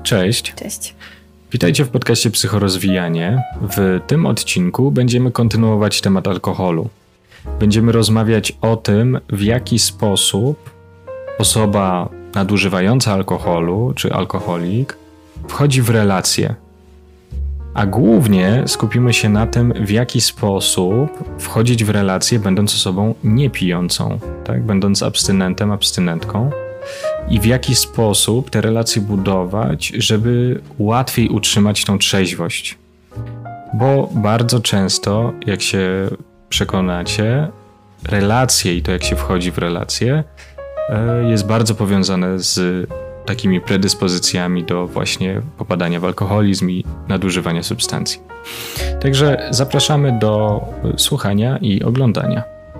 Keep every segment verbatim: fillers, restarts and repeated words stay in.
Cześć. Cześć. Witajcie w podcaście Psychorozwijanie. W tym odcinku będziemy kontynuować temat alkoholu. Będziemy rozmawiać o tym, w jaki sposób osoba nadużywająca alkoholu, czy alkoholik, wchodzi w relacje. A głównie skupimy się na tym, w jaki sposób wchodzić w relacje, będąc osobą niepijącą, tak? Będąc abstynentem, abstynentką. I w jaki sposób te relacje budować, żeby łatwiej utrzymać tą trzeźwość. Bo bardzo często, jak się przekonacie, relacje i to, jak się wchodzi w relacje, jest bardzo powiązane z takimi predyspozycjami do właśnie popadania w alkoholizm i nadużywania substancji. Także zapraszamy do słuchania i oglądania.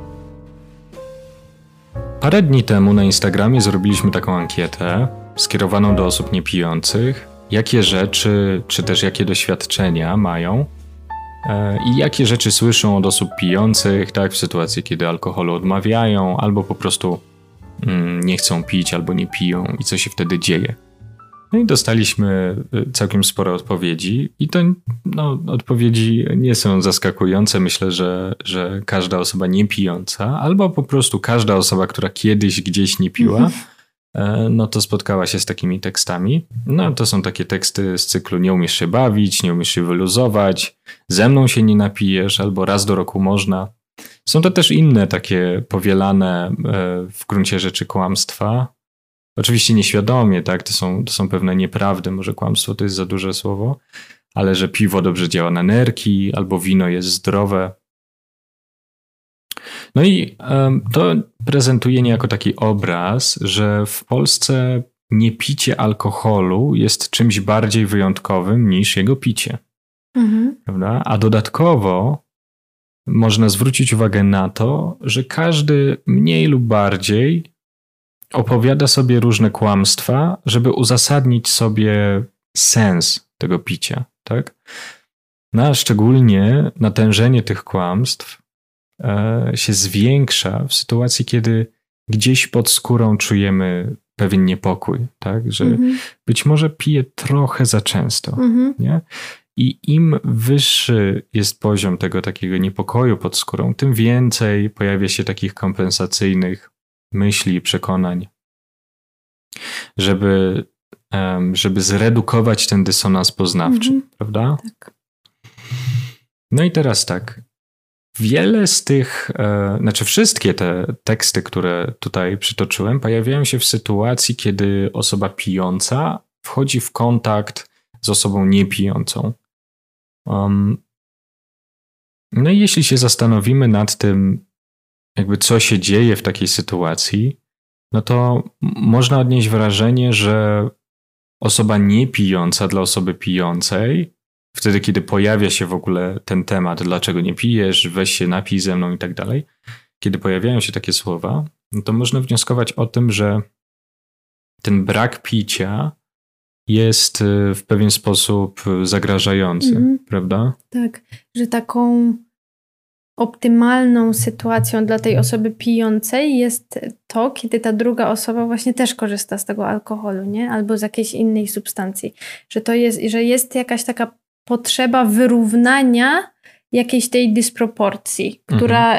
Parę dni temu na Instagramie zrobiliśmy taką ankietę skierowaną do osób niepijących, jakie rzeczy, czy też jakie doświadczenia mają e, i jakie rzeczy słyszą od osób pijących, tak, w sytuacji, kiedy alkoholu odmawiają, albo po prostu mm, nie chcą pić, albo nie piją i co się wtedy dzieje. No i dostaliśmy całkiem sporo odpowiedzi i to no, odpowiedzi nie są zaskakujące. Myślę, że, że każda osoba niepijąca albo po prostu każda osoba, która kiedyś gdzieś nie piła, no to spotkała się z takimi tekstami. No to są takie teksty z cyklu nie umiesz się bawić, nie umiesz się wyluzować, ze mną się nie napijesz albo raz do roku można. Są to też inne takie powielane w gruncie rzeczy kłamstwa. Oczywiście nieświadomie, tak, to są, to są pewne nieprawdy, może kłamstwo to jest za duże słowo, ale że piwo dobrze działa na nerki, albo wino jest zdrowe. No i um, to prezentuje niejako taki obraz, że w Polsce niepicie alkoholu jest czymś bardziej wyjątkowym niż jego picie. Mhm. Prawda? A dodatkowo można zwrócić uwagę na to, że każdy mniej lub bardziej opowiada sobie różne kłamstwa, żeby uzasadnić sobie sens tego picia, tak? No a szczególnie natężenie tych kłamstw e, się zwiększa w sytuacji, kiedy gdzieś pod skórą czujemy pewien niepokój, tak? Że mhm. być może piję trochę za często, mhm. nie? I im wyższy jest poziom tego takiego niepokoju pod skórą, tym więcej pojawia się takich kompensacyjnych myśli i przekonań, żeby, um, żeby zredukować ten dysonans poznawczy, mm-hmm. prawda? Tak. No i teraz tak, wiele z tych, e, znaczy wszystkie te teksty, które tutaj przytoczyłem, pojawiają się w sytuacji, kiedy osoba pijąca wchodzi w kontakt z osobą niepijącą. Um, no i jeśli się zastanowimy nad tym, jakby co się dzieje w takiej sytuacji, no to można odnieść wrażenie, że osoba niepijąca dla osoby pijącej, wtedy kiedy pojawia się w ogóle ten temat, dlaczego nie pijesz, weź się napij ze mną i tak dalej, kiedy pojawiają się takie słowa, no to można wnioskować o tym, że ten brak picia jest w pewien sposób zagrażający, mm. prawda? Tak, że taką optymalną sytuacją dla tej osoby pijącej jest to, kiedy ta druga osoba właśnie też korzysta z tego alkoholu, nie? Albo z jakiejś innej substancji. Że to jest, że jest jakaś taka potrzeba wyrównania jakiejś tej dysproporcji, mhm. która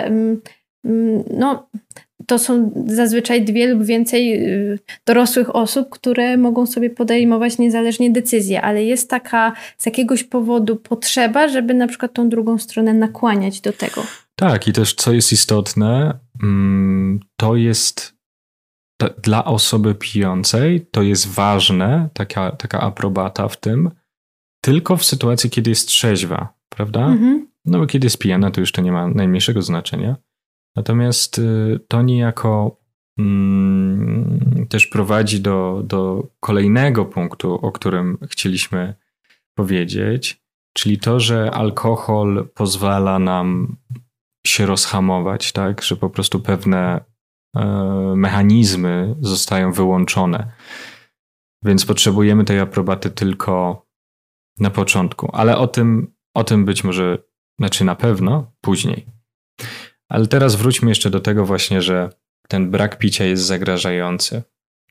no, to są zazwyczaj dwie lub więcej dorosłych osób, które mogą sobie podejmować niezależnie decyzje, ale jest taka z jakiegoś powodu potrzeba, żeby na przykład tą drugą stronę nakłaniać do tego. Tak, i też co jest istotne, to jest t- dla osoby pijącej, to jest ważne, taka, taka aprobata w tym, tylko w sytuacji, kiedy jest trzeźwa, prawda? Mhm. No bo kiedy jest pijana, to już to nie ma najmniejszego znaczenia. Natomiast to niejako mm, też prowadzi do, do kolejnego punktu, o którym chcieliśmy powiedzieć, czyli to, że alkohol pozwala nam się rozhamować, tak? Że po prostu pewne e, mechanizmy zostają wyłączone. Więc potrzebujemy tej aprobaty tylko na początku. Ale o tym, o tym być może, znaczy na pewno później. Ale teraz wróćmy jeszcze do tego właśnie, że ten brak picia jest zagrażający.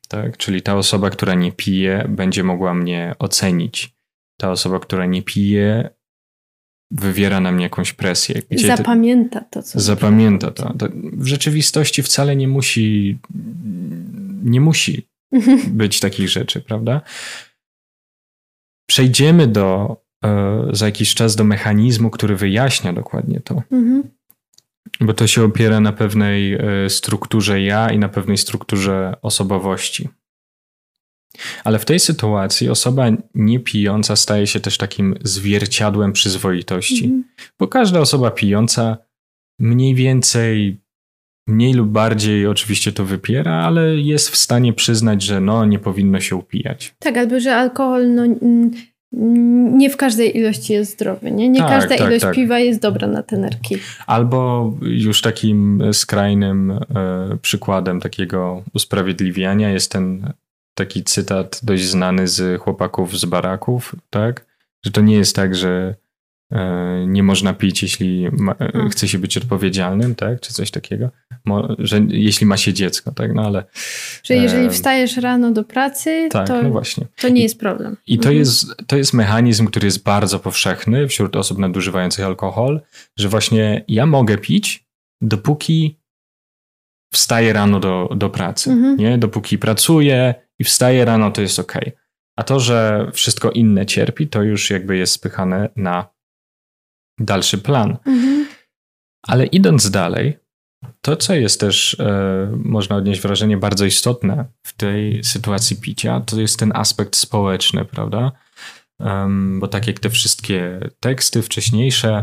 Tak? Czyli ta osoba, która nie pije, będzie mogła mnie ocenić. Ta osoba, która nie pije, wywiera na mnie jakąś presję. Gdzie zapamięta to, co Zapamięta to. to. W rzeczywistości wcale nie musi nie musi być takich rzeczy, prawda? Przejdziemy do e, za jakiś czas do mechanizmu, który wyjaśnia dokładnie to. Mhm. Bo to się opiera na pewnej e, strukturze ja i na pewnej strukturze osobowości. Ale w tej sytuacji osoba niepijąca staje się też takim zwierciadłem przyzwoitości. Mhm. Bo każda osoba pijąca mniej więcej, mniej lub bardziej oczywiście to wypiera, ale jest w stanie przyznać, że no nie powinno się upijać. Tak, albo że alkohol no, nie w każdej ilości jest zdrowy. Nie, nie tak, każda tak, ilość tak. piwa jest dobra na te nerki. Albo już takim skrajnym e, przykładem takiego usprawiedliwiania jest ten taki cytat dość znany z chłopaków z baraków, tak? Że to nie jest tak, że e, nie można pić, jeśli ma, e, chce się być odpowiedzialnym, tak? Czy coś takiego. Mo, że jeśli ma się dziecko, tak? No ale... Że jeżeli e, wstajesz rano do pracy, tak, to, no właśnie. to nie jest problem. I, i to, mhm. jest, to jest mechanizm, który jest bardzo powszechny wśród osób nadużywających alkohol, że właśnie ja mogę pić, dopóki wstaję rano do, do pracy, mhm. nie? Dopóki pracuję i wstaję rano, to jest okej. Okay. A to, że wszystko inne cierpi, to już jakby jest spychane na dalszy plan. Mhm. Ale idąc dalej, to, co jest też, e, można odnieść wrażenie, bardzo istotne w tej sytuacji picia, to jest ten aspekt społeczny, prawda? Um, bo tak jak te wszystkie teksty wcześniejsze,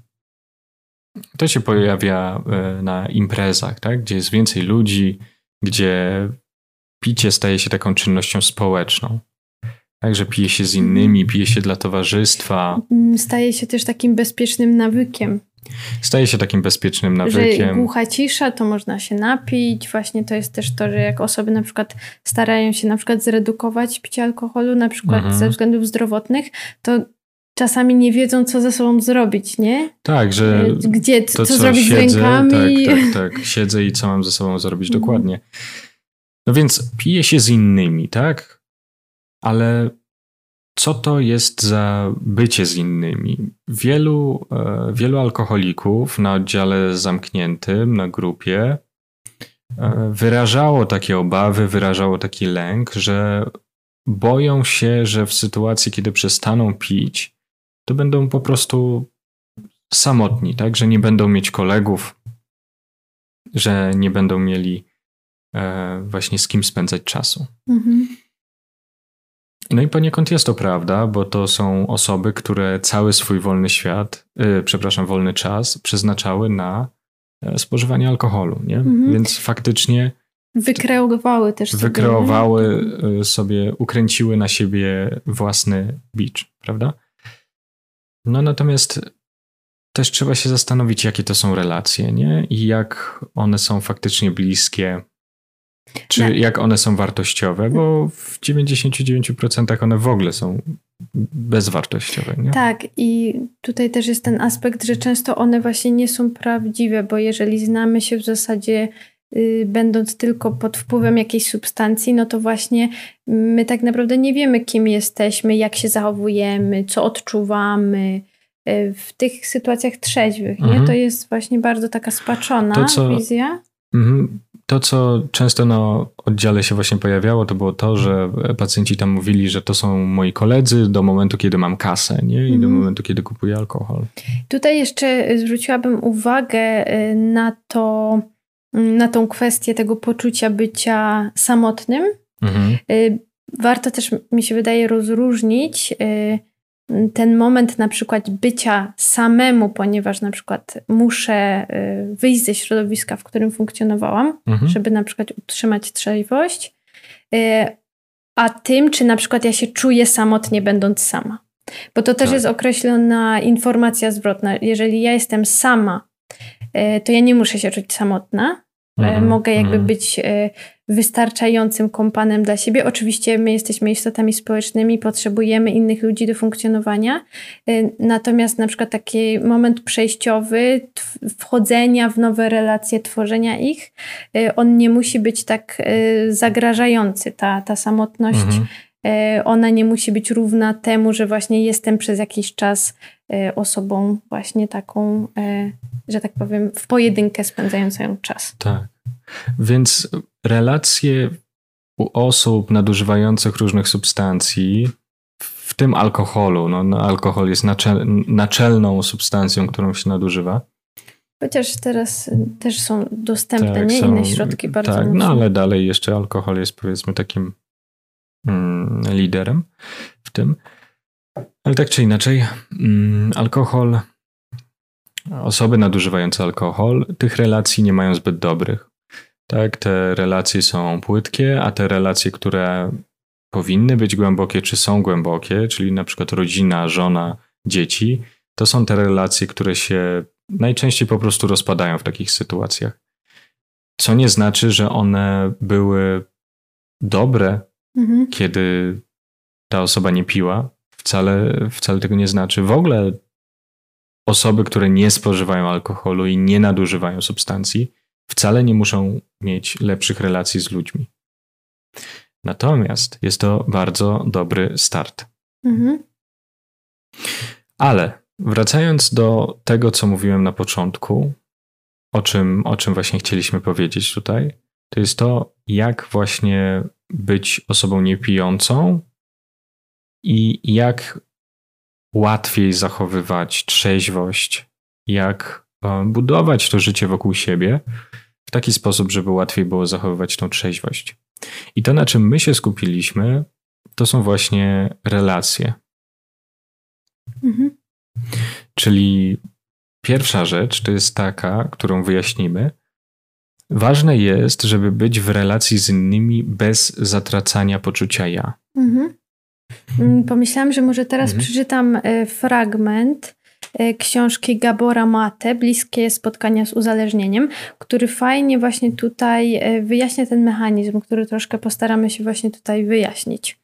to się pojawia e, na imprezach, tak? Gdzie jest więcej ludzi, gdzie picie staje się taką czynnością społeczną. Także pije się z innymi, pije się dla towarzystwa. Staje się też takim bezpiecznym nawykiem. Staje się takim bezpiecznym nawykiem. Że głucha cisza, to można się napić. Właśnie to jest też to, że jak osoby na przykład starają się na przykład zredukować picie alkoholu, na przykład mhm. ze względów zdrowotnych, to czasami nie wiedzą, co ze sobą zrobić, nie? Tak, że Gdzie, to, co, co zrobić siedzę, z rękami. Tak, tak, tak. Siedzę i co mam ze sobą zrobić mhm. dokładnie. No więc pije się z innymi, tak? Ale co to jest za bycie z innymi? Wielu, e, wielu alkoholików na oddziale zamkniętym, na grupie e, wyrażało takie obawy, wyrażało taki lęk, że boją się, że w sytuacji, kiedy przestaną pić, to będą po prostu samotni, tak? Że nie będą mieć kolegów, że nie będą mieli e, właśnie z kim spędzać czasu. Mhm. No i poniekąd jest to prawda, bo to są osoby, które cały swój wolny świat, yy, przepraszam, wolny czas przeznaczały na e, spożywanie alkoholu, nie? Mhm. Więc faktycznie wykreowały też sobie. Wykreowały sobie, sobie, ukręciły na siebie własny bicz, prawda? No natomiast też trzeba się zastanowić, jakie to są relacje, nie? I jak one są faktycznie bliskie. Czy no. jak one są wartościowe, bo w dziewięćdziesiąt dziewięć procent one w ogóle są bezwartościowe. Nie? Tak, i tutaj też jest ten aspekt, że często one właśnie nie są prawdziwe, bo jeżeli znamy się w zasadzie yy, będąc tylko pod wpływem jakiejś substancji, no to właśnie my tak naprawdę nie wiemy, kim jesteśmy, jak się zachowujemy, co odczuwamy yy, w tych sytuacjach trzeźwych. Mhm. Nie? To jest właśnie bardzo taka spaczona to, co... wizja. Mhm. To, co często na oddziale się właśnie pojawiało, to było to, że pacjenci tam mówili, że to są moi koledzy do momentu, kiedy mam kasę, nie? I mm. do momentu, kiedy kupuję alkohol. Tutaj jeszcze zwróciłabym uwagę na to, na tą kwestię tego poczucia bycia samotnym. Mm-hmm. Warto też, mi się wydaje, rozróżnić ten moment na przykład bycia samemu, ponieważ na przykład muszę wyjść ze środowiska, w którym funkcjonowałam, mhm. żeby na przykład utrzymać trzeźwość, a tym, czy na przykład ja się czuję samotnie będąc sama. Bo to też tak. jest określona informacja zwrotna. Jeżeli ja jestem sama, to ja nie muszę się czuć samotna. Mhm. Mogę jakby mhm. być wystarczającym kompanem dla siebie. Oczywiście my jesteśmy istotami społecznymi, potrzebujemy innych ludzi do funkcjonowania, natomiast na przykład taki moment przejściowy wchodzenia w nowe relacje, tworzenia ich, on nie musi być tak zagrażający. Ta, ta samotność, mhm. ona nie musi być równa temu, że właśnie jestem przez jakiś czas osobą właśnie taką, że tak powiem, w pojedynkę spędzającą czas. Tak. Więc relacje u osób nadużywających różnych substancji, w tym alkoholu, no, no alkohol jest naczel, naczelną substancją, którą się nadużywa. Chociaż teraz też są dostępne tak, nie? Są, inne środki bardzo Tak, mocno. no ale dalej jeszcze alkohol jest powiedzmy takim mm, liderem w tym. Ale tak czy inaczej, mm, alkohol, osoby nadużywające alkohol, tych relacji nie mają zbyt dobrych. Tak, te relacje są płytkie, a te relacje, które powinny być głębokie, czy są głębokie, czyli na przykład rodzina, żona, dzieci, to są te relacje, które się najczęściej po prostu rozpadają w takich sytuacjach. Co nie znaczy, że one były dobre, mhm. kiedy ta osoba nie piła. Wcale, wcale tego nie znaczy. W ogóle osoby, które nie spożywają alkoholu i nie nadużywają substancji, wcale nie muszą mieć lepszych relacji z ludźmi. Natomiast jest to bardzo dobry start. Mhm. Ale wracając do tego, co mówiłem na początku, o czym, o czym właśnie chcieliśmy powiedzieć tutaj, to jest to, jak właśnie być osobą niepijącą i jak łatwiej zachowywać trzeźwość, jak budować to życie wokół siebie w taki sposób, żeby łatwiej było zachowywać tą trzeźwość. I to, na czym my się skupiliśmy, to są właśnie relacje. Mhm. Czyli pierwsza rzecz to jest taka, którą wyjaśnimy. Ważne jest, żeby być w relacji z innymi bez zatracania poczucia ja. Mhm. Pomyślałam, że może teraz mhm. przeczytam fragment książki Gabora Mate, Bliskie spotkania z uzależnieniem, który fajnie właśnie tutaj wyjaśnia ten mechanizm, który troszkę postaramy się właśnie tutaj wyjaśnić.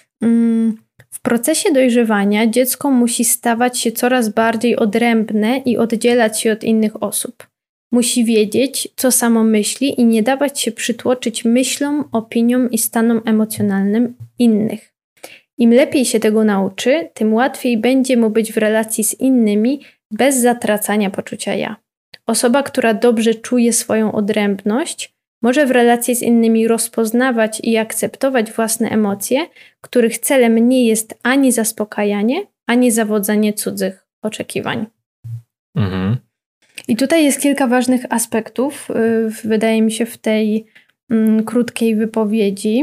W procesie dojrzewania dziecko musi stawać się coraz bardziej odrębne i oddzielać się od innych osób. Musi wiedzieć, co samo myśli i nie dawać się przytłoczyć myślom, opiniom i stanom emocjonalnym innych. Im lepiej się tego nauczy, tym łatwiej będzie mu być w relacji z innymi bez zatracania poczucia ja. Osoba, która dobrze czuje swoją odrębność, może w relacji z innymi rozpoznawać i akceptować własne emocje, których celem nie jest ani zaspokajanie, ani zawodzenie cudzych oczekiwań. Mhm. I tutaj jest kilka ważnych aspektów, wydaje mi się, w tej mm, krótkiej wypowiedzi.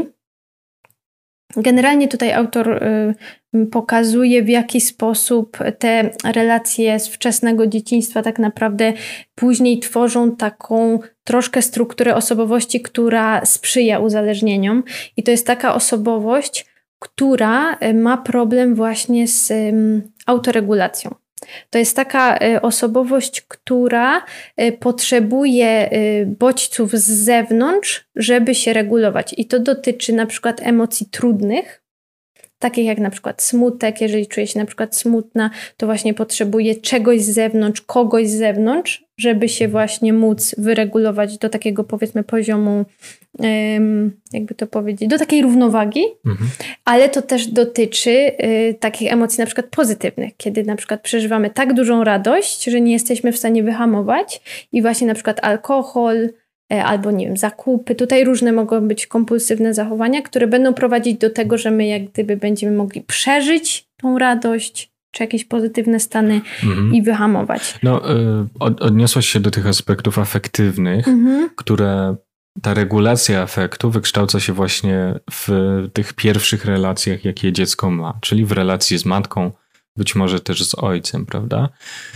Generalnie tutaj autor y, pokazuje, w jaki sposób te relacje z wczesnego dzieciństwa tak naprawdę później tworzą taką troszkę strukturę osobowości, która sprzyja uzależnieniom. I to jest taka osobowość, która ma problem właśnie z y, autoregulacją. To jest taka y, osobowość, która y, potrzebuje y, bodźców z zewnątrz, żeby się regulować. I to dotyczy na przykład emocji trudnych, takich jak na przykład smutek. Jeżeli czuje się na przykład smutna, to właśnie potrzebuje czegoś z zewnątrz, kogoś z zewnątrz, żeby się właśnie móc wyregulować do takiego, powiedzmy, poziomu, um, jakby to powiedzieć, do takiej równowagi, mhm. ale to też dotyczy y, takich emocji na przykład pozytywnych, kiedy na przykład przeżywamy tak dużą radość, że nie jesteśmy w stanie wyhamować i właśnie na przykład alkohol y, albo nie wiem, zakupy, tutaj różne mogą być kompulsywne zachowania, które będą prowadzić do tego, że my jak gdyby będziemy mogli przeżyć tą radość, czy jakieś pozytywne stany mhm. i wyhamować. No, y, od, odniosłaś się do tych aspektów afektywnych, mhm. które ta regulacja afektu wykształca się właśnie w tych pierwszych relacjach, jakie dziecko ma, czyli w relacji z matką, być może też z ojcem, prawda?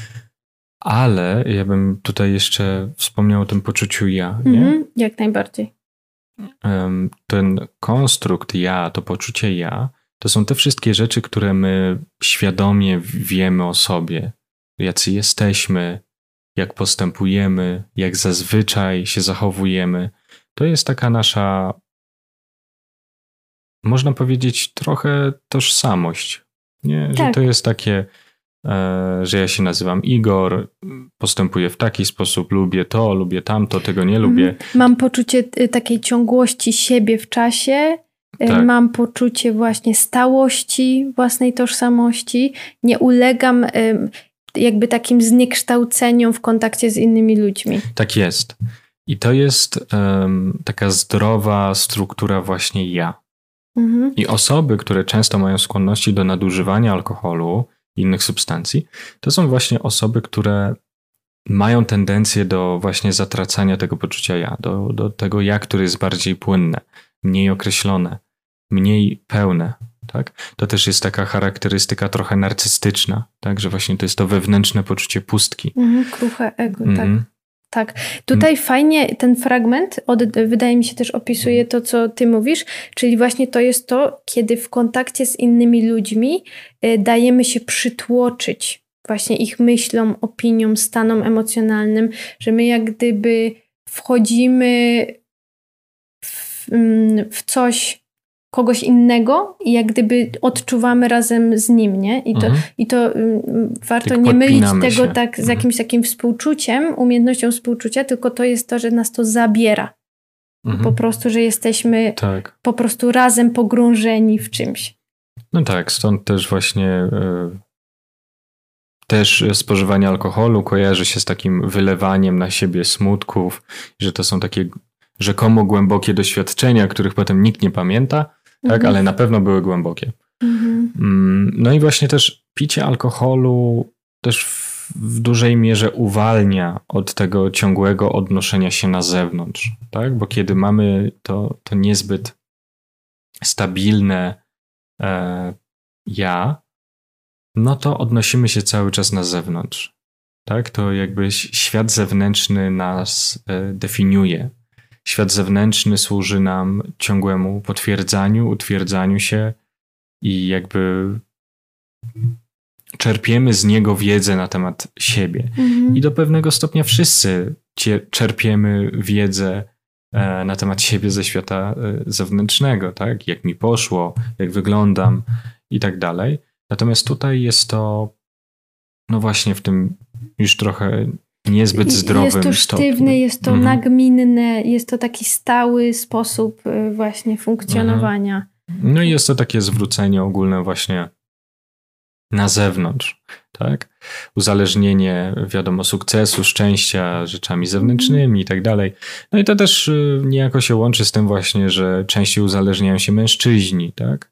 Ale ja bym tutaj jeszcze wspomniał o tym poczuciu ja, nie? Mhm, jak najbardziej. Ten konstrukt ja, to poczucie ja, to są te wszystkie rzeczy, które my świadomie wiemy o sobie, jacy jesteśmy, jak postępujemy, jak zazwyczaj się zachowujemy. to jest taka nasza, można powiedzieć, trochę tożsamość. Nie? Że Tak. to jest takie, że ja się nazywam Igor, postępuję w taki sposób, lubię to, lubię tamto, tego nie lubię. Mam poczucie takiej ciągłości siebie w czasie, tak. Mam poczucie właśnie stałości własnej tożsamości, nie ulegam jakby takim zniekształceniom w kontakcie z innymi ludźmi. Tak jest. I to jest um, taka zdrowa struktura właśnie ja. Mhm. I osoby, które często mają skłonności do nadużywania alkoholu, innych substancji, to są właśnie osoby, które mają tendencję do właśnie zatracania tego poczucia ja, do, do tego ja, które jest bardziej płynne, mniej określone, mniej pełne. Tak? To też jest taka charakterystyka trochę narcystyczna, tak? Że właśnie to jest to wewnętrzne poczucie pustki. Mhm, kruche ego, mhm. tak. Tak. Tutaj hmm. fajnie ten fragment, od, wydaje mi się, też opisuje to, co ty mówisz, czyli właśnie to jest to, kiedy w kontakcie z innymi ludźmi y, dajemy się przytłoczyć właśnie ich myślom, opiniom, stanom emocjonalnym, że my jak gdyby wchodzimy w, w coś, kogoś innego i jak gdyby odczuwamy razem z nim, nie? I to, mhm. i to um, warto tak nie mylić tego się. tak z jakimś mhm. takim współczuciem, umiejętnością współczucia, tylko to jest to, że nas to zabiera. Mhm. Po prostu, że jesteśmy tak. po prostu razem pogrążeni w czymś. No tak, stąd też właśnie y, też spożywanie alkoholu kojarzy się z takim wylewaniem na siebie smutków, że to są takie rzekomo głębokie doświadczenia, których potem nikt nie pamięta, tak, mhm. ale na pewno były głębokie. Mhm. No i właśnie też picie alkoholu też w, w dużej mierze uwalnia od tego ciągłego odnoszenia się na zewnątrz, tak? Bo kiedy mamy to, to niezbyt stabilne e, ja, no to odnosimy się cały czas na zewnątrz, tak? To jakby świat zewnętrzny nas e, definiuje. Świat zewnętrzny służy nam ciągłemu potwierdzaniu, utwierdzaniu się i jakby czerpiemy z niego wiedzę na temat siebie. Mhm. I do pewnego stopnia wszyscy czerpiemy wiedzę e, na temat siebie ze świata e, zewnętrznego, tak? Jak mi poszło, jak wyglądam i tak dalej. Natomiast tutaj jest to, no właśnie w tym już trochę niezbyt zdrowym Jest to sztywne, stopniu. Jest to mhm. nagminne, jest to taki stały sposób właśnie funkcjonowania. Mhm. No i jest to takie zwrócenie ogólne właśnie na zewnątrz, tak? Uzależnienie, wiadomo, sukcesu, szczęścia rzeczami zewnętrznymi i tak dalej. No i to też niejako się łączy z tym właśnie, że częściej uzależniają się mężczyźni, tak?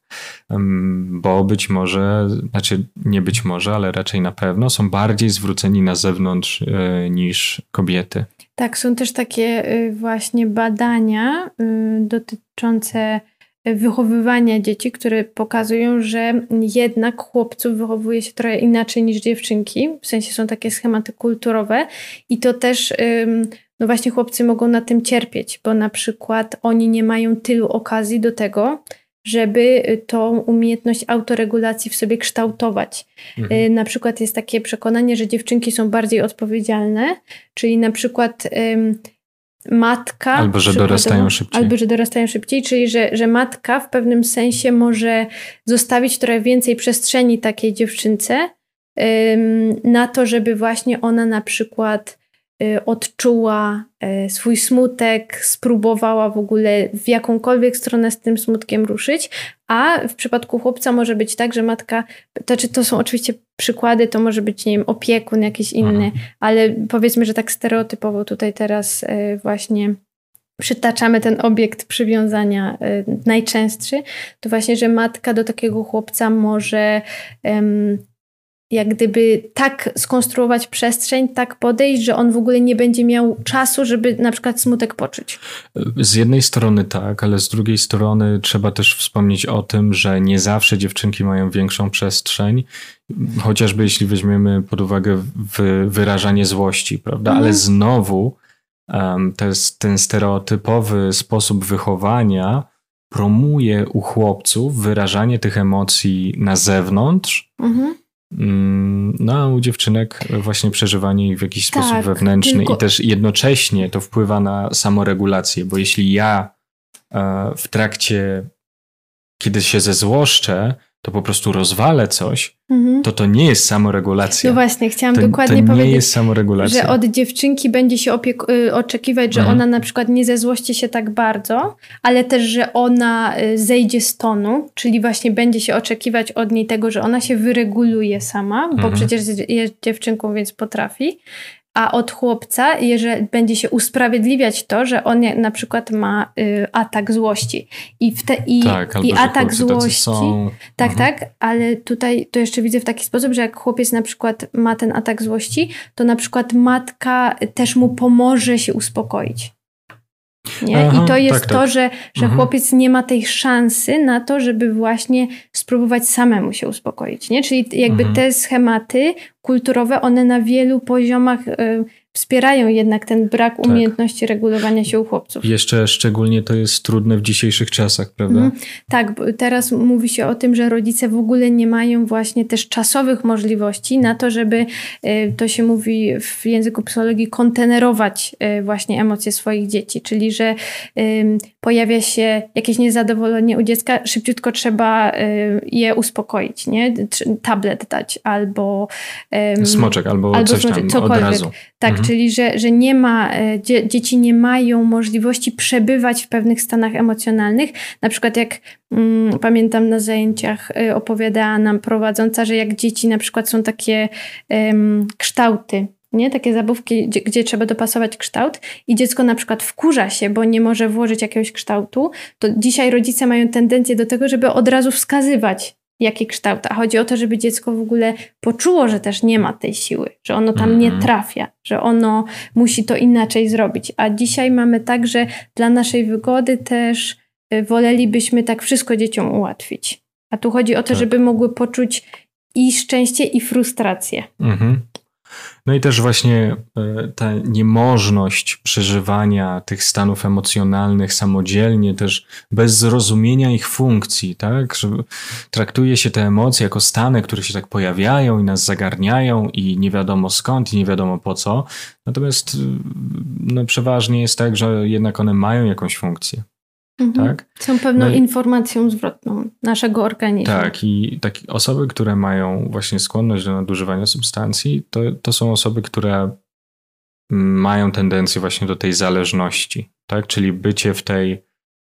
Bo być może, znaczy nie być może, ale raczej na pewno są bardziej zwróceni na zewnątrz niż kobiety. Tak, są też takie właśnie badania dotyczące wychowywania dzieci, które pokazują, że jednak chłopców wychowuje się trochę inaczej niż dziewczynki. W sensie są takie schematy kulturowe i to też no właśnie chłopcy mogą na tym cierpieć, bo na przykład oni nie mają tylu okazji do tego, żeby tą umiejętność autoregulacji w sobie kształtować. Mhm. Na przykład jest takie przekonanie, że dziewczynki są bardziej odpowiedzialne, czyli na przykład matka... Albo że dorastają szybciej. Albo że dorastają szybciej, czyli że, że matka w pewnym sensie może zostawić trochę więcej przestrzeni takiej dziewczynce ym, na to, żeby właśnie ona na przykład y, odczuła y, swój smutek, spróbowała w ogóle w jakąkolwiek stronę z tym smutkiem ruszyć, a w przypadku chłopca może być tak, że matka, to, znaczy to są oczywiście przykłady, to może być, nie wiem, opiekun jakiś inny, mhm. ale powiedzmy, że tak stereotypowo tutaj teraz y, właśnie przytaczamy ten obiekt przywiązania y, najczęstszy, to właśnie, że matka do takiego chłopca może um, jak gdyby tak skonstruować przestrzeń, tak podejść, że on w ogóle nie będzie miał czasu, żeby na przykład smutek poczuć. Z jednej strony tak, ale z drugiej strony trzeba też wspomnieć o tym, że nie zawsze dziewczynki mają większą przestrzeń, chociażby jeśli weźmiemy pod uwagę wyrażanie złości, prawda? Mhm. Ale znowu um, to jest ten stereotypowy sposób wychowania promuje u chłopców wyrażanie tych emocji na zewnątrz, mhm. No a u dziewczynek właśnie przeżywanie ich w jakiś Tak, sposób wewnętrzny tylko- i też jednocześnie to wpływa na samoregulację, bo jeśli ja e, w trakcie, kiedy się zezłoszczę, to po prostu rozwalę coś, Mhm. to to nie jest samoregulacja. No właśnie, chciałam to, dokładnie to nie powiedzieć, jest samoregulacja. że od dziewczynki będzie się opiek- y, oczekiwać, że Mhm. ona na przykład nie zezłości się tak bardzo, ale też, że ona y, zejdzie z tonu, czyli właśnie będzie się oczekiwać od niej tego, że ona się wyreguluje sama, bo Mhm. przecież jest dziewczynką, więc potrafi. A od chłopca, jeżeli będzie się usprawiedliwiać to, że on jak na przykład ma y, atak złości. I, w te, i, tak, albo i że atak chłopcy tacy złości. są. Tak, Mhm. tak, ale tutaj to jeszcze widzę w taki sposób, że jak chłopiec na przykład ma ten atak złości, to na przykład matka też mu pomoże się uspokoić. Nie? Aha, I to jest tak, to, tak. że, że Mhm. chłopiec nie ma tej szansy na to, żeby właśnie spróbować samemu się uspokoić. Nie? Czyli jakby Mhm. te schematy kulturowe, one na wielu poziomach y, wspierają jednak ten brak umiejętności regulowania się u chłopców. Jeszcze szczególnie to jest trudne w dzisiejszych czasach, prawda? Mhm. Tak, bo teraz mówi się o tym, że rodzice w ogóle nie mają właśnie też czasowych możliwości na to, żeby, y, to się mówi w języku psychologii, kontenerować y, właśnie emocje swoich dzieci. Czyli, że y, pojawia się jakieś niezadowolenie u dziecka, szybciutko trzeba y, je uspokoić, nie? Tr- Tablet dać albo... y, Smoczek albo, albo coś smoczek, tam cokolwiek. od razu. Tak, Mhm. czyli że, że nie ma, e, dzie, dzieci nie mają możliwości przebywać w pewnych stanach emocjonalnych. Na przykład jak mm, pamiętam na zajęciach y, opowiadała nam prowadząca, że jak dzieci na przykład są takie ym, kształty, nie? Takie zabawki, gdzie, gdzie trzeba dopasować kształt i dziecko na przykład wkurza się, bo nie może włożyć jakiegoś kształtu, to dzisiaj rodzice mają tendencję do tego, żeby od razu wskazywać, jaki kształt. A chodzi o to, żeby dziecko w ogóle poczuło, że też nie ma tej siły, że ono tam Mhm. nie trafia, że ono musi to inaczej zrobić. A dzisiaj mamy tak, że dla naszej wygody też y, wolelibyśmy tak wszystko dzieciom ułatwić. A tu chodzi o to, Tak. żeby mogły poczuć i szczęście, i frustrację. Mhm. No i też właśnie e, ta niemożność przeżywania tych stanów emocjonalnych samodzielnie, też bez zrozumienia ich funkcji, tak? Że traktuje się te emocje jako stany, które się tak pojawiają i nas zagarniają i nie wiadomo skąd i nie wiadomo po co. Natomiast y, no, przeważnie jest tak, że jednak one mają jakąś funkcję, Mhm. tak? Są pewną No i- informacją zwrotną naszego organizmu. Tak, i takie osoby, które mają właśnie skłonność do nadużywania substancji, to, to są osoby, które mają tendencję właśnie do tej zależności, tak? Czyli bycie w tej,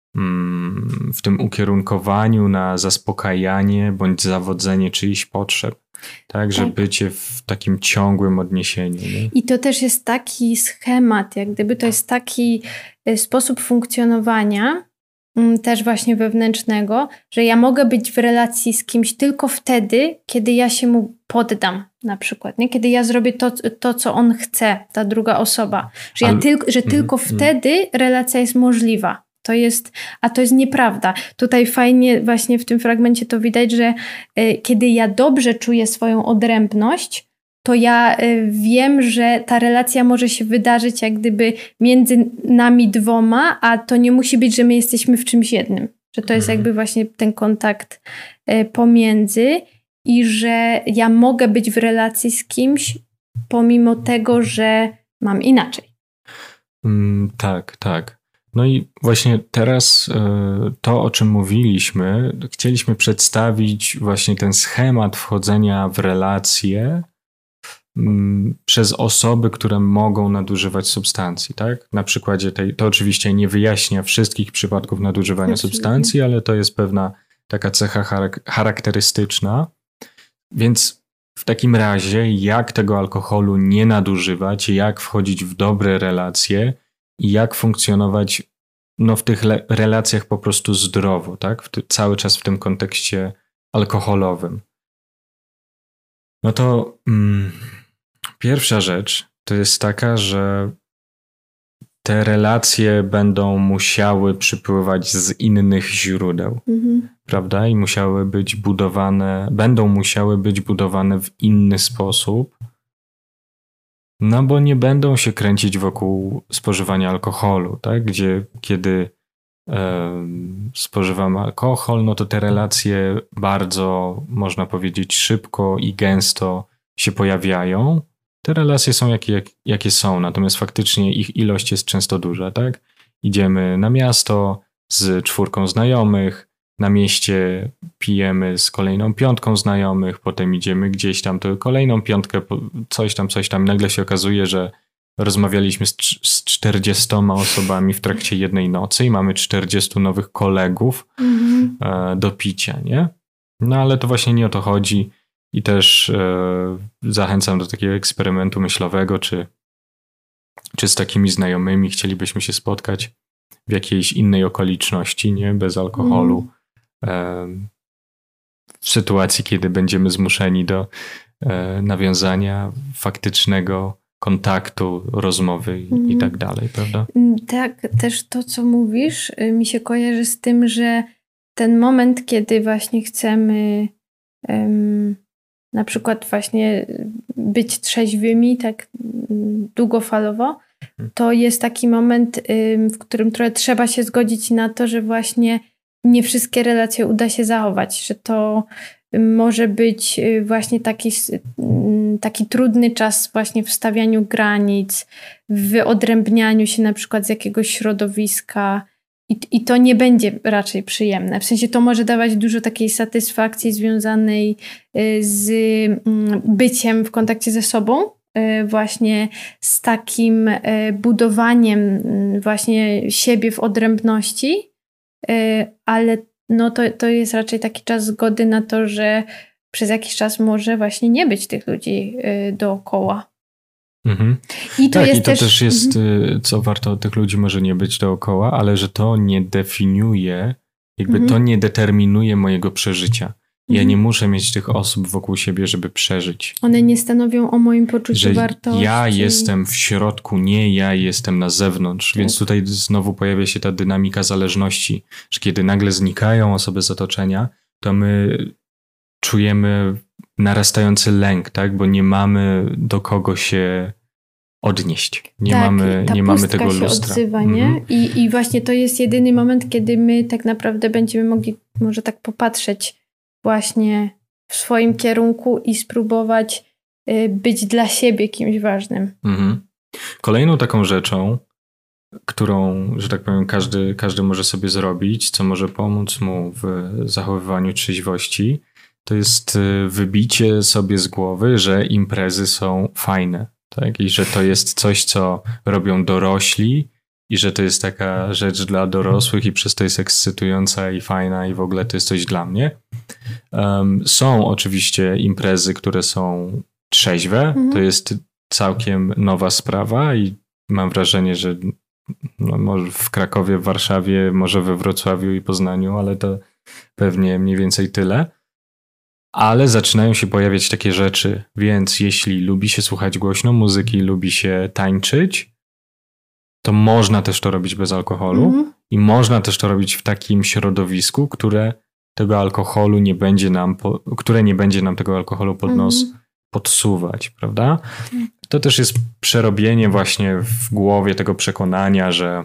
mm, w tym ukierunkowaniu na zaspokajanie bądź zawodzenie czyichś potrzeb, tak? Że Tak. bycie w takim ciągłym odniesieniu, nie? I to też jest taki schemat, jak gdyby to jest taki y, sposób funkcjonowania, mm, też właśnie wewnętrznego, że ja mogę być w relacji z kimś tylko wtedy, kiedy ja się mu poddam, na przykład, nie? Kiedy ja zrobię to, to co on chce, ta druga osoba. Że, ja Ale- tylko, że Mhm, tylko mhm. wtedy relacja jest możliwa. To jest, a to jest nieprawda. Tutaj fajnie właśnie w tym fragmencie to widać, że y, kiedy ja dobrze czuję swoją odrębność, to ja y, wiem, że ta relacja może się wydarzyć jak gdyby między nami dwoma, a to nie musi być, że my jesteśmy w czymś jednym. Że to jest Mhm. jakby właśnie ten kontakt y, pomiędzy i że ja mogę być w relacji z kimś pomimo tego, że mam inaczej. Mm, tak, tak. No i właśnie teraz e, to, o czym mówiliśmy, chcieliśmy przedstawić właśnie ten schemat wchodzenia w relacje mm, przez osoby, które mogą nadużywać substancji, tak? Na przykładzie tej, to oczywiście nie wyjaśnia wszystkich przypadków nadużywania Absolutnie. substancji, ale to jest pewna taka cecha charak- charakterystyczna. Więc w takim razie, jak tego alkoholu nie nadużywać, jak wchodzić w dobre relacje i jak funkcjonować no, w tych le- relacjach po prostu zdrowo, tak? W ty- cały czas w tym kontekście alkoholowym. No to mm, pierwsza rzecz to jest taka, że te relacje będą musiały przypływać z innych źródeł, Mhm. prawda? I musiały być budowane, będą musiały być budowane w inny sposób, no bo nie będą się kręcić wokół spożywania alkoholu, tak? Gdzie kiedy spożywamy alkohol, no to te relacje bardzo, można powiedzieć, szybko i gęsto się pojawiają. Te relacje są jakie, jak, jakie są, natomiast faktycznie ich ilość jest często duża, tak? Idziemy na miasto z czwórką znajomych, na mieście pijemy z kolejną piątką znajomych, potem idziemy gdzieś tam, to kolejną piątkę, coś tam, coś tam. Nagle się okazuje, że rozmawialiśmy z, z czterdziestoma osobami w trakcie jednej nocy i mamy czterdziestu nowych kolegów mhm. e, do picia, nie? No ale to właśnie nie o to chodzi i też e, zachęcam do takiego eksperymentu myślowego, czy, czy z takimi znajomymi chcielibyśmy się spotkać w jakiejś innej okoliczności, nie? Bez alkoholu. Mhm. E, w sytuacji, kiedy będziemy zmuszeni do e, nawiązania faktycznego kontaktu, rozmowy i, mm. i tak dalej, prawda? Tak, też to, co mówisz, mi się kojarzy z tym, że ten moment, kiedy właśnie chcemy um, na przykład właśnie być trzeźwymi, tak długofalowo, mm. to jest taki moment, um, w którym trochę trzeba się zgodzić na to, że właśnie nie wszystkie relacje uda się zachować, że to może być właśnie taki, taki trudny czas właśnie w stawianiu granic, w wyodrębnianiu się na przykład z jakiegoś środowiska i, i to nie będzie raczej przyjemne. W sensie to może dawać dużo takiej satysfakcji związanej z byciem w kontakcie ze sobą, właśnie z takim budowaniem właśnie siebie w odrębności, ale no to, to jest raczej taki czas zgody na to, że przez jakiś czas może właśnie nie być tych ludzi y, dookoła. Mhm. I to, tak, jest i to też, też jest, mhm. co warto, tych ludzi może nie być dookoła, ale że to nie definiuje, jakby mhm. to nie determinuje mojego przeżycia. Ja mhm. nie muszę mieć tych osób wokół siebie, żeby przeżyć. One nie stanowią o moim poczuciu że wartości. Ja jestem w środku, nie ja jestem na zewnątrz. Tak. Więc tutaj znowu pojawia się ta dynamika zależności, że kiedy nagle znikają osoby z otoczenia, to my czujemy narastający lęk, tak? Bo nie mamy do kogo się odnieść. Nie tak, mamy, ta nie mamy tego się lustra. Odzywa, nie? Mhm. I, I właśnie to jest jedyny moment, kiedy my tak naprawdę będziemy mogli może tak popatrzeć właśnie w swoim kierunku i spróbować y, być dla siebie kimś ważnym. Mhm. Kolejną taką rzeczą, którą, że tak powiem, każdy, każdy może sobie zrobić, co może pomóc mu w zachowywaniu trzeźwości, to jest wybicie sobie z głowy, że imprezy są fajne, tak? I że to jest coś, co robią dorośli i że to jest taka rzecz dla dorosłych i przez to jest ekscytująca i fajna i w ogóle to jest coś dla mnie. Um, są oczywiście imprezy, które są trzeźwe. Mhm. To jest całkiem nowa sprawa i mam wrażenie, że no, może w Krakowie, w Warszawie, może we Wrocławiu i Poznaniu, ale to pewnie mniej więcej tyle. Ale zaczynają się pojawiać takie rzeczy, więc jeśli lubi się słuchać głośno muzyki, lubi się tańczyć, to można też to robić bez alkoholu mm-hmm. i można też to robić w takim środowisku, które tego alkoholu nie będzie nam, po, które nie będzie nam tego alkoholu pod nos mm-hmm. podsuwać, prawda? Mm. To też jest przerobienie właśnie w głowie tego przekonania, że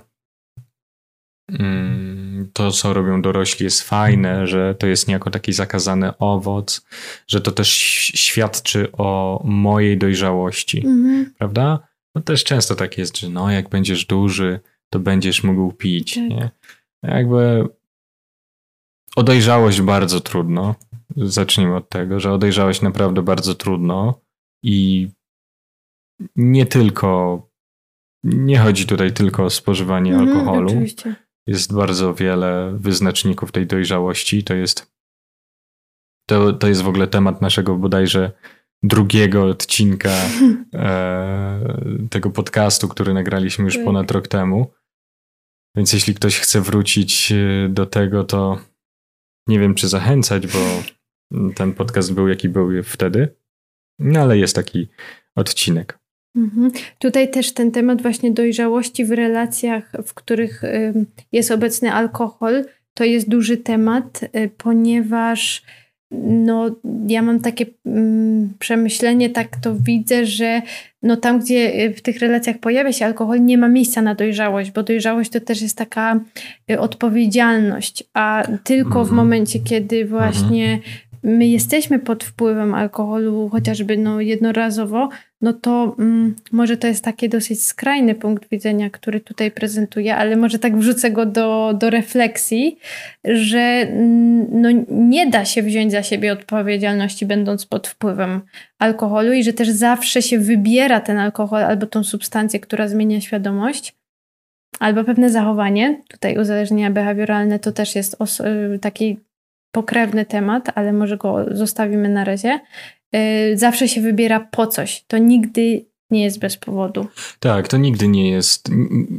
mm, to, co robią dorośli jest fajne, że to jest niejako taki zakazany owoc, że to też świadczy o mojej dojrzałości, mm-hmm. prawda? No też często tak jest, że no jak będziesz duży, to będziesz mógł pić, tak. nie? Jakby o dojrzałość bardzo trudno. Zacznijmy od tego, że o dojrzałość naprawdę bardzo trudno i nie tylko, nie chodzi tutaj tylko o spożywanie mm, alkoholu. Oczywiście. Jest bardzo wiele wyznaczników tej dojrzałości. To jest, to, to jest w ogóle temat naszego bodajże drugiego odcinka e, tego podcastu, który nagraliśmy już ponad rok temu. Więc jeśli ktoś chce wrócić do tego, to nie wiem, czy zachęcać, bo ten podcast był jaki był wtedy, no ale jest taki odcinek. Mhm. Tutaj też ten temat właśnie dojrzałości w relacjach, w których y, jest obecny alkohol, to jest duży temat, y, ponieważ no ja mam takie mm, przemyślenie, tak to widzę, że no tam, gdzie w tych relacjach pojawia się alkohol, nie ma miejsca na dojrzałość, bo dojrzałość to też jest taka y, odpowiedzialność, a tylko w momencie, kiedy właśnie my jesteśmy pod wpływem alkoholu, chociażby no jednorazowo, no to mm, może to jest taki dosyć skrajny punkt widzenia, który tutaj prezentuję, ale może tak wrzucę go do, do refleksji, że mm, no, nie da się wziąć za siebie odpowiedzialności będąc pod wpływem alkoholu i że też zawsze się wybiera ten alkohol albo tą substancję, która zmienia świadomość, albo pewne zachowanie. Tutaj uzależnienia behawioralne to też jest os- taki pokrewny temat, ale może go zostawimy na razie. Zawsze się wybiera po coś. To nigdy nie jest bez powodu. Tak, to nigdy nie jest.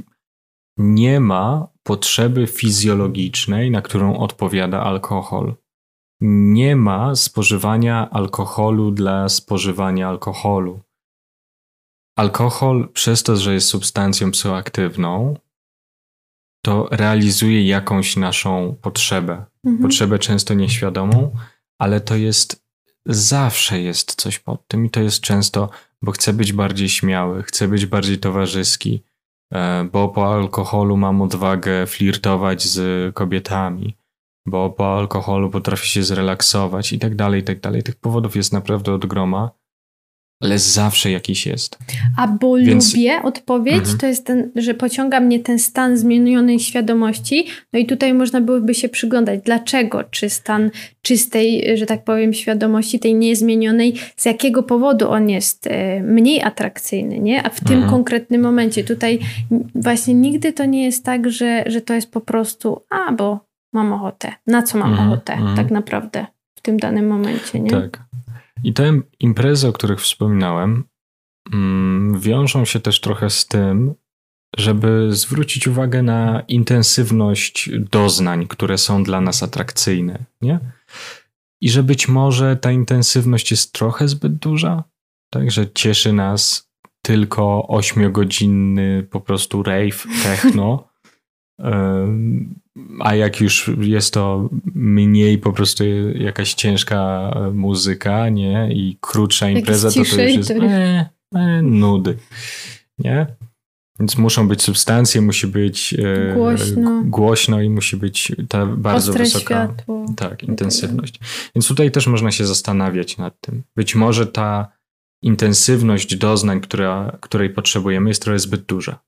Nie ma potrzeby fizjologicznej, na którą odpowiada alkohol. Nie ma spożywania alkoholu dla spożywania alkoholu. Alkohol, przez to, że jest substancją psychoaktywną, to realizuje jakąś naszą potrzebę. Mhm. Potrzebę często nieświadomą, ale to jest, zawsze jest coś pod tym i to jest często, bo chcę być bardziej śmiały, chcę być bardziej towarzyski, bo po alkoholu mam odwagę flirtować z kobietami, bo po alkoholu potrafię się zrelaksować i tak dalej, i tak dalej. Tych powodów jest naprawdę od groma. Ale zawsze jakiś jest. A bo Więc... lubię odpowiedź, mhm. to jest ten, że pociąga mnie ten stan zmienionej świadomości. No i tutaj można byłoby się przyglądać, dlaczego, czy stan czystej, że tak powiem, świadomości, tej niezmienionej, z jakiego powodu on jest e, mniej atrakcyjny, nie? A w tym mhm. konkretnym momencie tutaj właśnie nigdy to nie jest tak, że, że to jest po prostu, a bo mam ochotę. Na co mam mhm. ochotę mhm. tak naprawdę w tym danym momencie, nie? Tak. I te imprezy, o których wspominałem, mm, wiążą się też trochę z tym, żeby zwrócić uwagę na intensywność doznań, które są dla nas atrakcyjne, nie? I że być może ta intensywność jest trochę zbyt duża, tak, że cieszy nas tylko ośmiogodzinny po prostu rave, techno, a jak już jest to mniej po prostu jakaś ciężka muzyka, nie? I krótsza impreza, to to już jest e, e, nudy, nie? Więc muszą być substancje, musi być e, głośno. głośno i musi być ta bardzo ostre wysoka światło. Tak, intensywność. Więc tutaj też można się zastanawiać nad tym. Być może ta intensywność doznań, która, której potrzebujemy, jest trochę zbyt duża.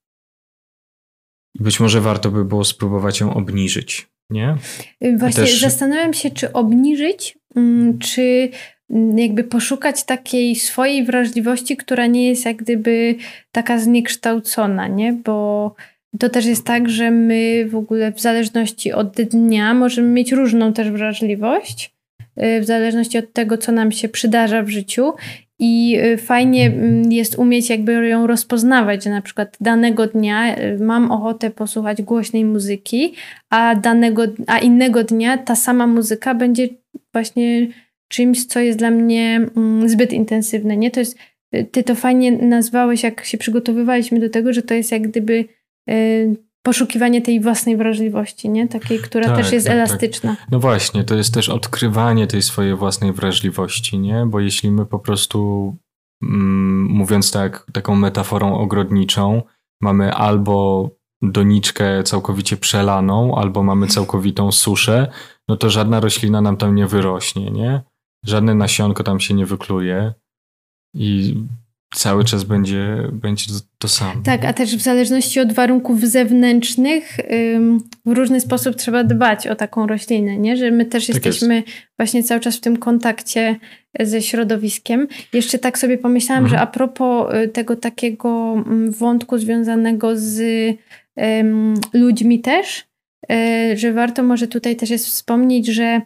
I być może warto by było spróbować ją obniżyć, nie? Właśnie też... zastanawiam się, czy obniżyć, czy jakby poszukać takiej swojej wrażliwości, która nie jest jak gdyby taka zniekształcona, nie? Bo to też jest tak, że my w ogóle w zależności od dnia możemy mieć różną też wrażliwość, w zależności od tego, co nam się przydarza w życiu. I fajnie jest umieć jakby ją rozpoznawać, że na przykład danego dnia mam ochotę posłuchać głośnej muzyki, a, danego, a innego dnia ta sama muzyka będzie właśnie czymś, co jest dla mnie zbyt intensywne. Nie? To jest, ty to fajnie nazwałeś, jak się przygotowywaliśmy do tego, że to jest jak gdyby y, poszukiwanie tej własnej wrażliwości, nie? Takiej, która tak, też jest tak, elastyczna. Tak. No właśnie, to jest też odkrywanie tej swojej własnej wrażliwości, nie? Bo jeśli my po prostu, mm, mówiąc tak, taką metaforą ogrodniczą, mamy albo doniczkę całkowicie przelaną, albo mamy całkowitą suszę, no to żadna roślina nam tam nie wyrośnie, nie? Żadne nasionko tam się nie wykluje i cały czas będzie, będzie to samo. Tak, a też w zależności od warunków zewnętrznych ym, w różny sposób trzeba dbać o taką roślinę, nie? Że my też tak jesteśmy jest. właśnie cały czas w tym kontakcie ze środowiskiem. Jeszcze tak sobie pomyślałam, mhm. że a propos tego takiego wątku związanego z ym, ludźmi też, y, że warto może tutaj też jest wspomnieć, że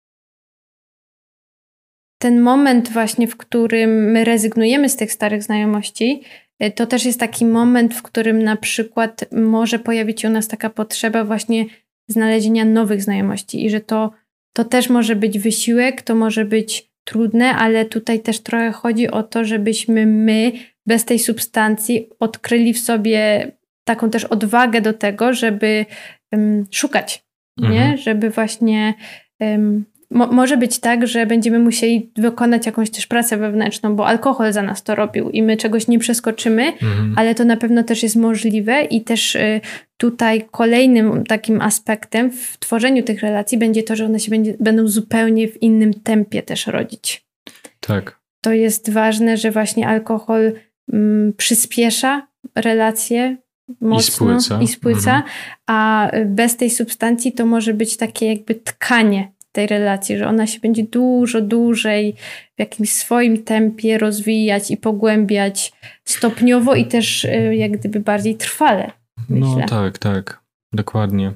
ten moment właśnie, w którym my rezygnujemy z tych starych znajomości, to też jest taki moment, w którym na przykład może pojawić się u nas taka potrzeba właśnie znalezienia nowych znajomości i że to, to też może być wysiłek, to może być trudne, ale tutaj też trochę chodzi o to, żebyśmy my bez tej substancji odkryli w sobie taką też odwagę do tego, żeby um, szukać, mhm. nie? Żeby właśnie um, mo- może być tak, że będziemy musieli wykonać jakąś też pracę wewnętrzną, bo alkohol za nas to robił i my czegoś nie przeskoczymy, mhm. ale to na pewno też jest możliwe i też y, tutaj kolejnym takim aspektem w tworzeniu tych relacji będzie to, że one się będzie, będą zupełnie w innym tempie też rodzić. Tak. To jest ważne, że właśnie alkohol mm, przyspiesza relacje mocno i spłyca, i spłyca mhm. a bez tej substancji to może być takie jakby tkanie tej relacji, że ona się będzie dużo dłużej w jakimś swoim tempie rozwijać i pogłębiać stopniowo i też jak gdyby bardziej trwale. Myślę. No tak, tak. Dokładnie.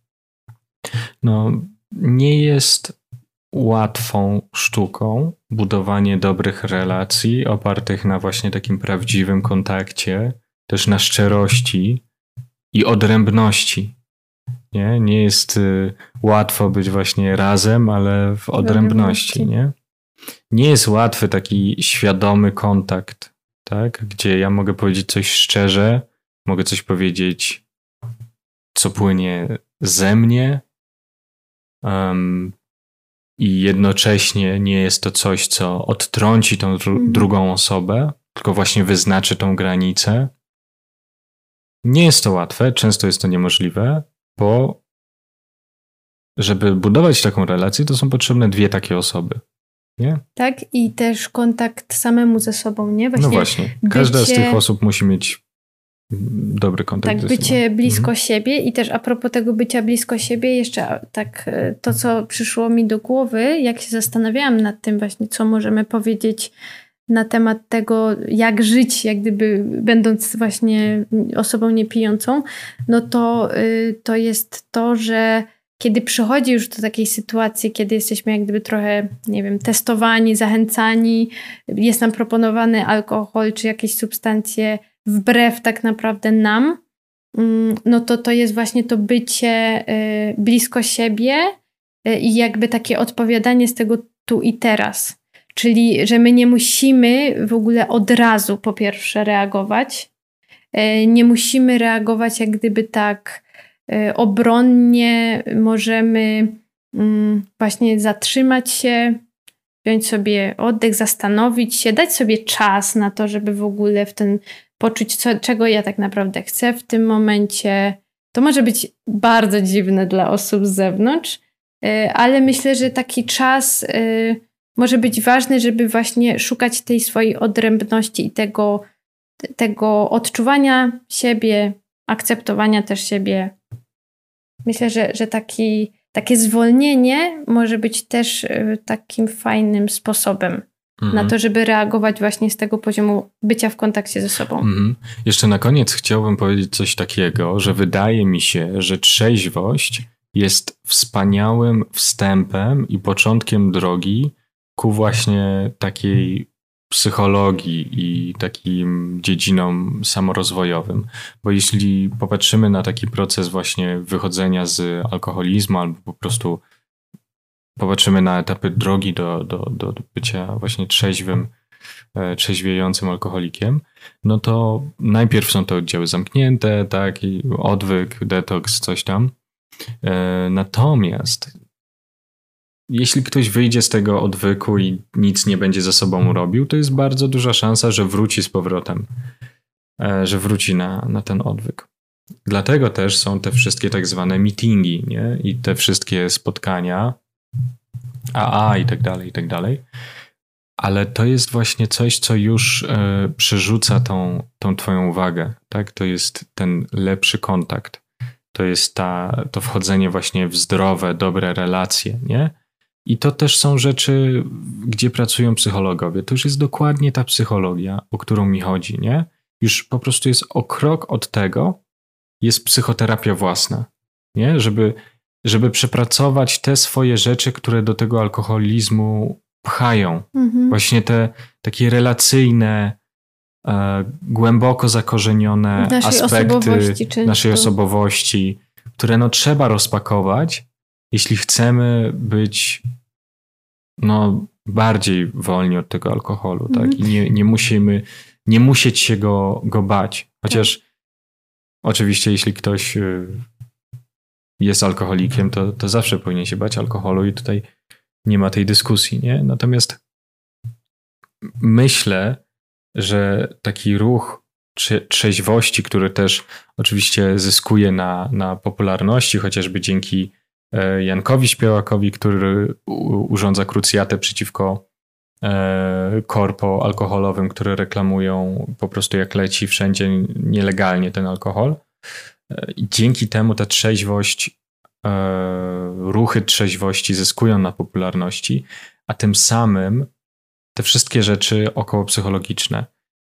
No nie jest łatwą sztuką budowanie dobrych relacji opartych na właśnie takim prawdziwym kontakcie, też na szczerości i odrębności. Nie, nie jest y, łatwo być właśnie razem, ale w odrębności, nie? Nie jest łatwy taki świadomy kontakt, tak? Gdzie ja mogę powiedzieć coś szczerze, mogę coś powiedzieć, co płynie ze mnie um, i jednocześnie nie jest to coś, co odtrąci tą dru- mhm. drugą osobę, tylko właśnie wyznaczy tą granicę. Nie jest to łatwe, często jest to niemożliwe, bo żeby budować taką relację, to są potrzebne dwie takie osoby. Nie? Tak, i też kontakt samemu ze sobą, nie? Właśnie no właśnie, każda bycie... z tych osób musi mieć dobry kontakt tak, ze bycie sobą. blisko mhm. siebie i też a propos tego bycia blisko siebie, jeszcze tak to, co przyszło mi do głowy, jak się zastanawiałam nad tym właśnie, co możemy powiedzieć na temat tego, jak żyć, jak gdyby będąc właśnie osobą niepijącą, no to, to jest to, że kiedy przychodzi już do takiej sytuacji, kiedy jesteśmy jak gdyby trochę, nie wiem, testowani, zachęcani, jest nam proponowany alkohol czy jakieś substancje wbrew tak naprawdę nam, no to to jest właśnie to bycie blisko siebie i jakby takie odpowiadanie z tego tu i teraz. Czyli, że my nie musimy w ogóle od razu po pierwsze reagować. Nie musimy reagować jak gdyby tak obronnie. Możemy właśnie zatrzymać się, wziąć sobie oddech, zastanowić się, dać sobie czas na to, żeby w ogóle w ten poczuć, co, czego ja tak naprawdę chcę w tym momencie. To może być bardzo dziwne dla osób z zewnątrz, ale myślę, że taki czas może być ważny, żeby właśnie szukać tej swojej odrębności i tego, tego odczuwania siebie, akceptowania też siebie. Myślę, że, że taki, takie zwolnienie może być też takim fajnym sposobem mhm. na to, żeby reagować właśnie z tego poziomu bycia w kontakcie ze sobą. Mhm. Jeszcze na koniec chciałbym powiedzieć coś takiego, że wydaje mi się, że trzeźwość jest wspaniałym wstępem i początkiem drogi ku właśnie takiej psychologii i takim dziedzinom samorozwojowym. Bo jeśli popatrzymy na taki proces właśnie wychodzenia z alkoholizmu albo po prostu popatrzymy na etapy drogi do, do, do bycia właśnie trzeźwym, trzeźwiejącym alkoholikiem, no to najpierw są to oddziały zamknięte, tak, i odwyk, detoks, coś tam. Natomiast jeśli ktoś wyjdzie z tego odwyku i nic nie będzie ze sobą robił, to jest bardzo duża szansa, że wróci z powrotem, że wróci na, na ten odwyk. Dlatego też są te wszystkie tak zwane meetingi, nie? I te wszystkie spotkania, A A i tak dalej, i tak dalej. Ale to jest właśnie coś, co już e, przerzuca tą, tą twoją uwagę, tak? To jest ten lepszy kontakt. To jest ta, to wchodzenie właśnie w zdrowe, dobre relacje, nie? I to też są rzeczy, gdzie pracują psychologowie. To już jest dokładnie ta psychologia, o którą mi chodzi, nie? Już po prostu jest o krok od tego, jest psychoterapia własna, nie? Żeby, żeby przepracować te swoje rzeczy, które do tego alkoholizmu pchają. Mhm. Właśnie te takie relacyjne, e, głęboko zakorzenione naszej aspekty osobowości naszej osobowości, które no trzeba rozpakować, jeśli chcemy być no, bardziej wolni od tego alkoholu, mm. tak? I nie, nie musimy, nie musieć się go, go bać. Chociaż tak. Oczywiście, jeśli ktoś jest alkoholikiem, to, to zawsze powinien się bać alkoholu i tutaj nie ma tej dyskusji, nie? Natomiast myślę, że taki ruch trzeźwości, który też oczywiście zyskuje na, na popularności, chociażby dzięki Jankowi Śpiewakowi, który urządza krucjatę przeciwko korpo alkoholowym, które reklamują po prostu jak leci wszędzie nielegalnie ten alkohol. I dzięki temu ta trzeźwość, ruchy trzeźwości zyskują na popularności, a tym samym te wszystkie rzeczy okołopsychologiczne.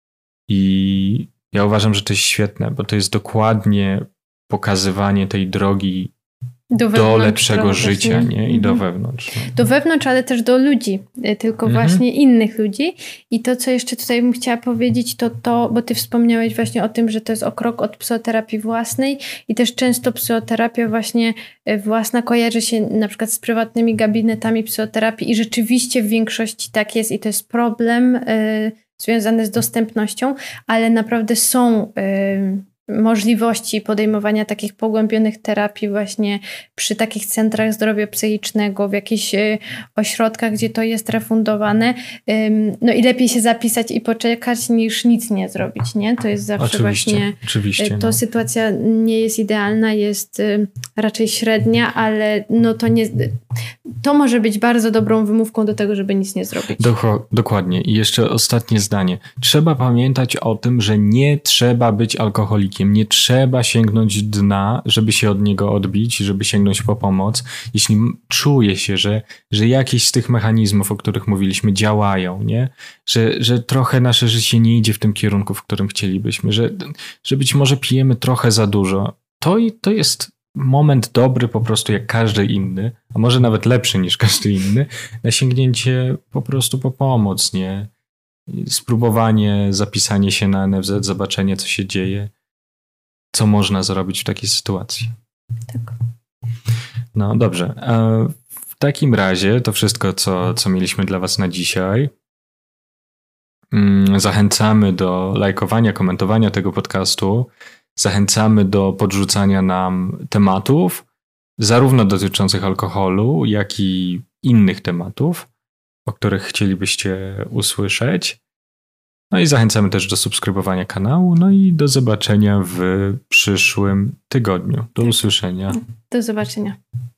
I ja uważam, że to jest świetne, bo to jest dokładnie pokazywanie tej drogi do, do lepszego życia, nie? nie? I mhm. do wewnątrz. No. Do wewnątrz, ale też do ludzi, tylko mhm. właśnie innych ludzi. I to, co jeszcze tutaj bym chciała powiedzieć, to to, bo ty wspomniałeś właśnie o tym, że to jest o krok od psychoterapii własnej i też często psychoterapia właśnie własna kojarzy się na przykład z prywatnymi gabinetami psychoterapii i rzeczywiście w większości tak jest i to jest problem y, związany z dostępnością, ale naprawdę są y, możliwości podejmowania takich pogłębionych terapii właśnie przy takich centrach zdrowia psychicznego, w jakichś y, ośrodkach, gdzie to jest refundowane. Ym, no i lepiej się zapisać i poczekać, niż nic nie zrobić, nie? To jest zawsze oczywiście, właśnie... Oczywiście, y, to no. sytuacja nie jest idealna, jest y, raczej średnia, ale no to nie... To może być bardzo dobrą wymówką do tego, żeby nic nie zrobić. Dok- dokładnie. I jeszcze ostatnie zdanie. Trzeba pamiętać o tym, że nie trzeba być alkoholikiem. Nie trzeba sięgnąć dna, żeby się od niego odbić, żeby sięgnąć po pomoc. Jeśli czuje się, że, że jakieś z tych mechanizmów, o których mówiliśmy, działają, nie? Że, że trochę nasze życie nie idzie w tym kierunku, w którym chcielibyśmy, że, że być może pijemy trochę za dużo, to, to jest moment dobry po prostu jak każdy inny, a może nawet lepszy niż każdy inny, na sięgnięcie po prostu po pomoc, nie? Spróbowanie, zapisanie się na N F Z, zobaczenie, co się dzieje, co można zrobić w takiej sytuacji. Tak. No dobrze. W takim razie to wszystko, co, co mieliśmy dla was na dzisiaj. Zachęcamy do lajkowania, komentowania tego podcastu. Zachęcamy do podrzucania nam tematów, zarówno dotyczących alkoholu, jak i innych tematów, o których chcielibyście usłyszeć. No i zachęcamy też do subskrybowania kanału, no i do zobaczenia w przyszłym tygodniu. Do usłyszenia. Do zobaczenia.